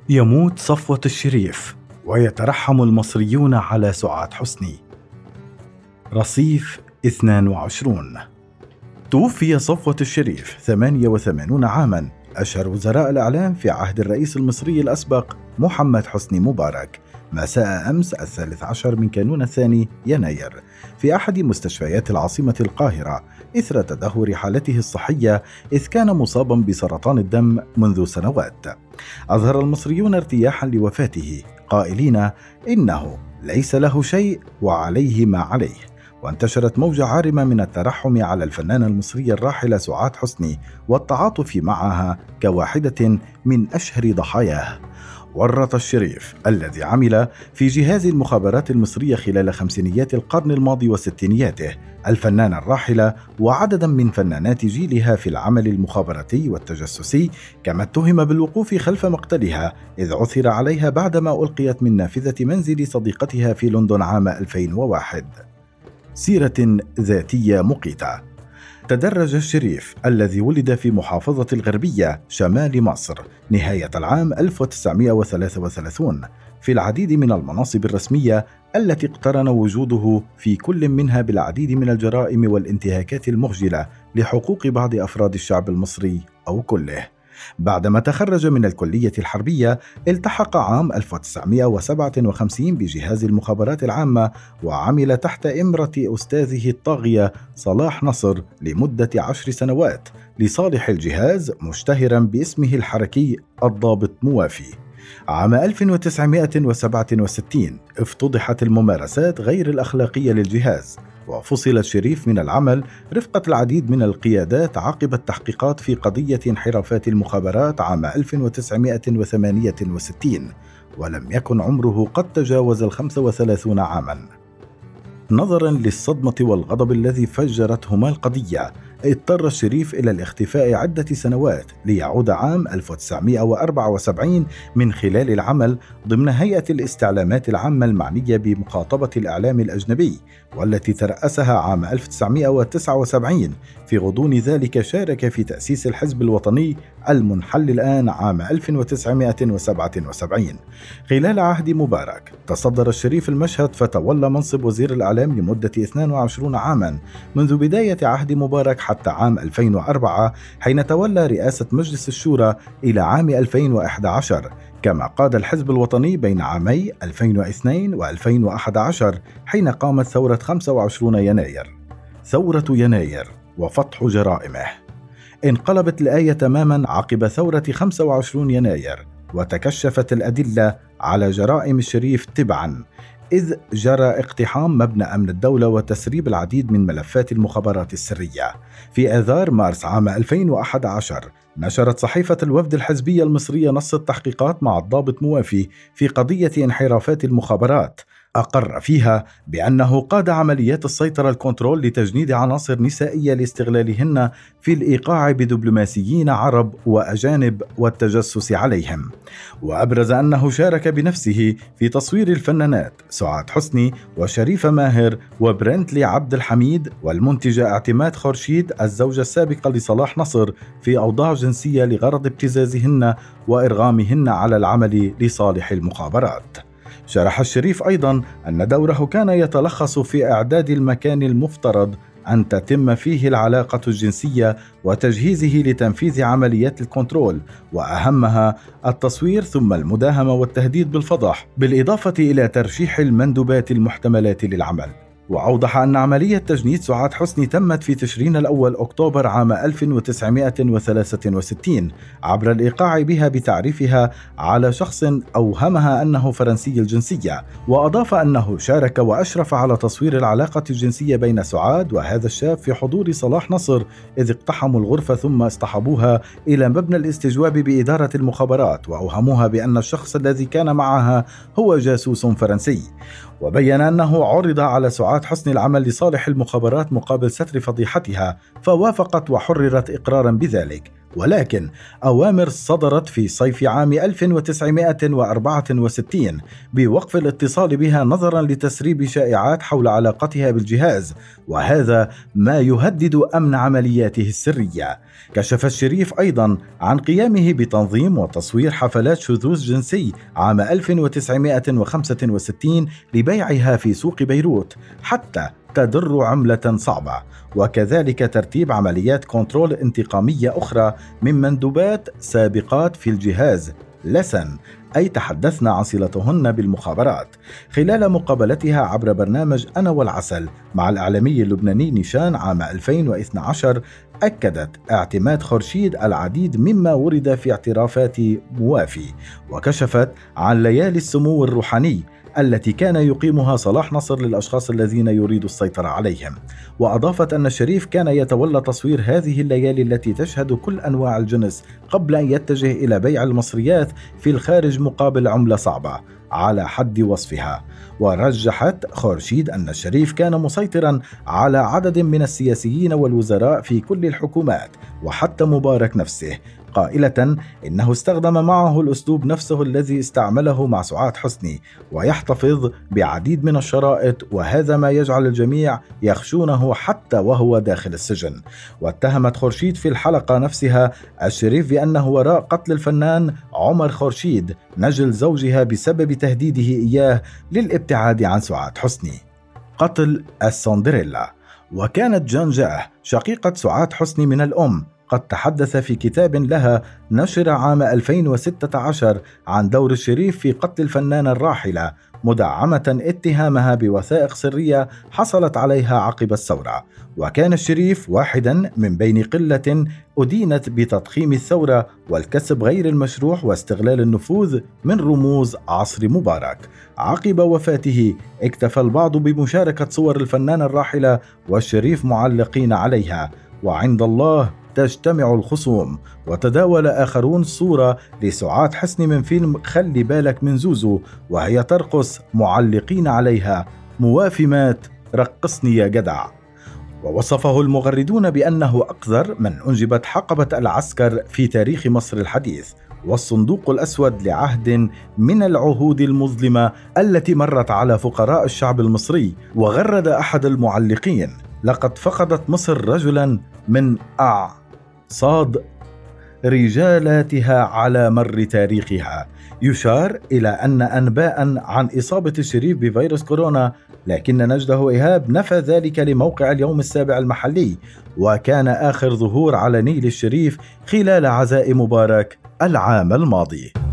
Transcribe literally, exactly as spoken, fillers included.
يموت صفوة الشريف ويترحم المصريون على سعاد حسني. رصيف اثنين وعشرين. توفي صفوة الشريف ثمانية وثمانين عاما، أشهر وزراء الإعلام في عهد الرئيس المصري الأسبق محمد حسني مبارك، مساء أمس الثالث عشر من كانون الثاني يناير في أحد مستشفيات العاصمة القاهرة إثر تدهور حالته الصحية، إذ كان مصابا بسرطان الدم منذ سنوات. أظهر المصريون ارتياحا لوفاته قائلين إنه ليس له شيء وعليه ما عليه، وانتشرت موجة عارمة من الترحم على الفنانة المصرية الراحلة سعاد حسني والتعاطف معها كواحدة من أشهر ضحاياه. ورط الشريف الذي عمل في جهاز المخابرات المصرية خلال خمسينيات القرن الماضي وستينياته الفنانة الراحلة وعددا من فنانات جيلها في العمل المخابراتي والتجسسي، كما اتهم بالوقوف خلف مقتلها إذ عثر عليها بعدما ألقيت من نافذة منزل صديقتها في لندن عام ألفين وواحد. سيرة ذاتية مقيتة. تدرج الشريف الذي ولد في محافظة الغربية شمال مصر نهاية العام ألف وتسعمائة وثلاثة وثلاثين في العديد من المناصب الرسمية التي اقترن وجوده في كل منها بالعديد من الجرائم والانتهاكات المخجلة لحقوق بعض أفراد الشعب المصري أو كله. بعدما تخرج من الكلية الحربية التحق عام ألف وتسعمائة وسبعة وخمسين بجهاز المخابرات العامة، وعمل تحت إمرة أستاذه الطاغية صلاح نصر لمدة عشر سنوات لصالح الجهاز، مشتهرا باسمه الحركي الضابط موافي. عام ألف وتسعمائة وسبعة وستين افتضحت الممارسات غير الأخلاقية للجهاز، وفصل الشريف من العمل رفقة العديد من القيادات عقب التحقيقات في قضية انحرافات المخابرات عام ألف وتسعمائة وثمانية وستين، ولم يكن عمره قد تجاوز الخمس وثلاثين عاما. نظرا للصدمة والغضب الذي فجرتهما القضية، اضطر الشريف إلى الاختفاء عدة سنوات ليعود عام ألف وتسعمائة وأربعة وسبعين من خلال العمل ضمن هيئة الاستعلامات العامة المعنية بمخاطبة الإعلام الأجنبي، والتي ترأسها عام ألف وتسعمائة وتسعة وسبعين. في غضون ذلك شارك في تأسيس الحزب الوطني المنحل الآن عام ألف وتسعمائة وسبعة وسبعين. خلال عهد مبارك تصدر الشريف المشهد فتولى منصب وزير الإعلام لمدة اثنين وعشرين عاما منذ بداية عهد مبارك حتى عام ألفين وأربعة، حين تولى رئاسة مجلس الشورى إلى عام ألفين وأحد عشر، كما قاد الحزب الوطني بين عامي ألفين واثنين وألفين وأحد عشر حين قامت ثورة خمسة وعشرين يناير. ثورة يناير وفتح جرائمه. انقلبت الآية تماما عقب ثورة خمسة وعشرين يناير، وتكشفت الأدلة على جرائم الشريف تبعا، إذ جرى اقتحام مبنى أمن الدولة وتسريب العديد من ملفات المخابرات السرية. في آذار مارس عام ألفين وأحد عشر نشرت صحيفة الوفد الحزبية المصرية نص التحقيقات مع الضابط موافي في قضية انحرافات المخابرات، أقر فيها بأنه قاد عمليات السيطرة الكنترول لتجنيد عناصر نسائية لاستغلالهن في الإيقاع بدبلوماسيين عرب وأجانب والتجسس عليهم. وأبرز أنه شارك بنفسه في تصوير الفنانات سعاد حسني وشريفة ماهر وبرنتلي عبد الحميد والمنتجة اعتماد خورشيد الزوجة السابقة لصلاح نصر في أوضاع جنسية لغرض ابتزازهن وإرغامهن على العمل لصالح المخابرات. شرح الشريف أيضا أن دوره كان يتلخص في إعداد المكان المفترض أن تتم فيه العلاقة الجنسية وتجهيزه لتنفيذ عمليات الكنترول، وأهمها التصوير ثم المداهمة والتهديد بالفضح، بالإضافة إلى ترشيح المندوبات المحتملات للعمل. وأوضح أن عملية تجنيد سعاد حسني تمت في تشرين الأول أكتوبر عام ألف وتسعمائة وثلاثة وستين عبر الإيقاع بها بتعريفها على شخص أوهمها أنه فرنسي الجنسية. وأضاف أنه شارك وأشرف على تصوير العلاقة الجنسية بين سعاد وهذا الشاب في حضور صلاح نصر، إذ اقتحموا الغرفة ثم اصطحبوها إلى مبنى الاستجواب بإدارة المخابرات، وأوهموها بأن الشخص الذي كان معها هو جاسوس فرنسي. وبين أنه عرض على سعاد حسني العمل لصالح المخابرات مقابل ستر فضيحتها، فوافقت وحررت إقرارا بذلك. ولكن أوامر صدرت في صيف عام ألف وتسعمائة وأربعة وستين بوقف الاتصال بها نظرا لتسريب شائعات حول علاقتها بالجهاز، وهذا ما يهدد أمن عملياته السرية. كشف الشريف أيضا عن قيامه بتنظيم وتصوير حفلات شذوذ جنسي عام ألف وتسعمائة وخمسة وستين لبيعها في سوق بيروت حتى تدر عملة صعبة، وكذلك ترتيب عمليات كنترول انتقامية أخرى من مندوبات سابقات في الجهاز لسن، أي تحدثنا عن صلتهن بالمخابرات. خلال مقابلتها عبر برنامج أنا والعسل مع الإعلامي اللبناني نيشان عام ألفين واثني عشر، أكدت اعتماد خورشيد العديد مما ورد في اعترافات موافي، وكشفت عن ليالي السمو الروحاني التي كان يقيمها صلاح نصر للأشخاص الذين يريد السيطرة عليهم. وأضافت أن الشريف كان يتولى تصوير هذه الليالي التي تشهد كل أنواع الجنس قبل أن يتجه إلى بيع المصريات في الخارج مقابل عملة صعبة على حد وصفها. ورجحت خورشيد أن الشريف كان مسيطرا على عدد من السياسيين والوزراء في كل الحكومات وحتى مبارك نفسه، قائلة إنه استخدم معه الأسلوب نفسه الذي استعمله مع سعاد حسني، ويحتفظ بعديد من الشرائط، وهذا ما يجعل الجميع يخشونه حتى وهو داخل السجن. واتهمت خورشيد في الحلقة نفسها الشريف بأنه وراء قتل الفنان عمر خورشيد نجل زوجها بسبب تهديده إياه للابتعاد عن سعاد حسني. قتل السندريلا. وكانت جان جاه شقيقة سعاد حسني من الأم قد تحدث في كتاب لها نشر عام ألفين وستة عشر عن دور الشريف في قتل الفنانة الراحلة، مدعمة اتهامها بوثائق سرية حصلت عليها عقب الثورة. وكان الشريف واحدا من بين قلة أدينت بتضخيم الثورة والكسب غير المشروع واستغلال النفوذ من رموز عصر مبارك. عقب وفاته اكتفى البعض بمشاركة صور الفنانة الراحلة والشريف معلقين عليها، وعند الله تجتمع الخصوم. وتداول آخرون صورة لسعاد حسني من فيلم خلي بالك من زوزو وهي ترقص معلقين عليها موافي مات رقصني يا جدع. ووصفه المغردون بأنه أقذر من أنجبت حقبة العسكر في تاريخ مصر الحديث، والصندوق الأسود لعهد من العهود المظلمة التي مرت على فقراء الشعب المصري. وغرد أحد المعلقين: لقد فقدت مصر رجلا من أعصاد رجالاتها على مر تاريخها. يشار إلى أن أنباء عن إصابة الشريف بفيروس كورونا، لكن نجده إيهاب نفى ذلك لموقع اليوم السابع المحلي، وكان آخر ظهور علني للشريف خلال عزاء مبارك العام الماضي.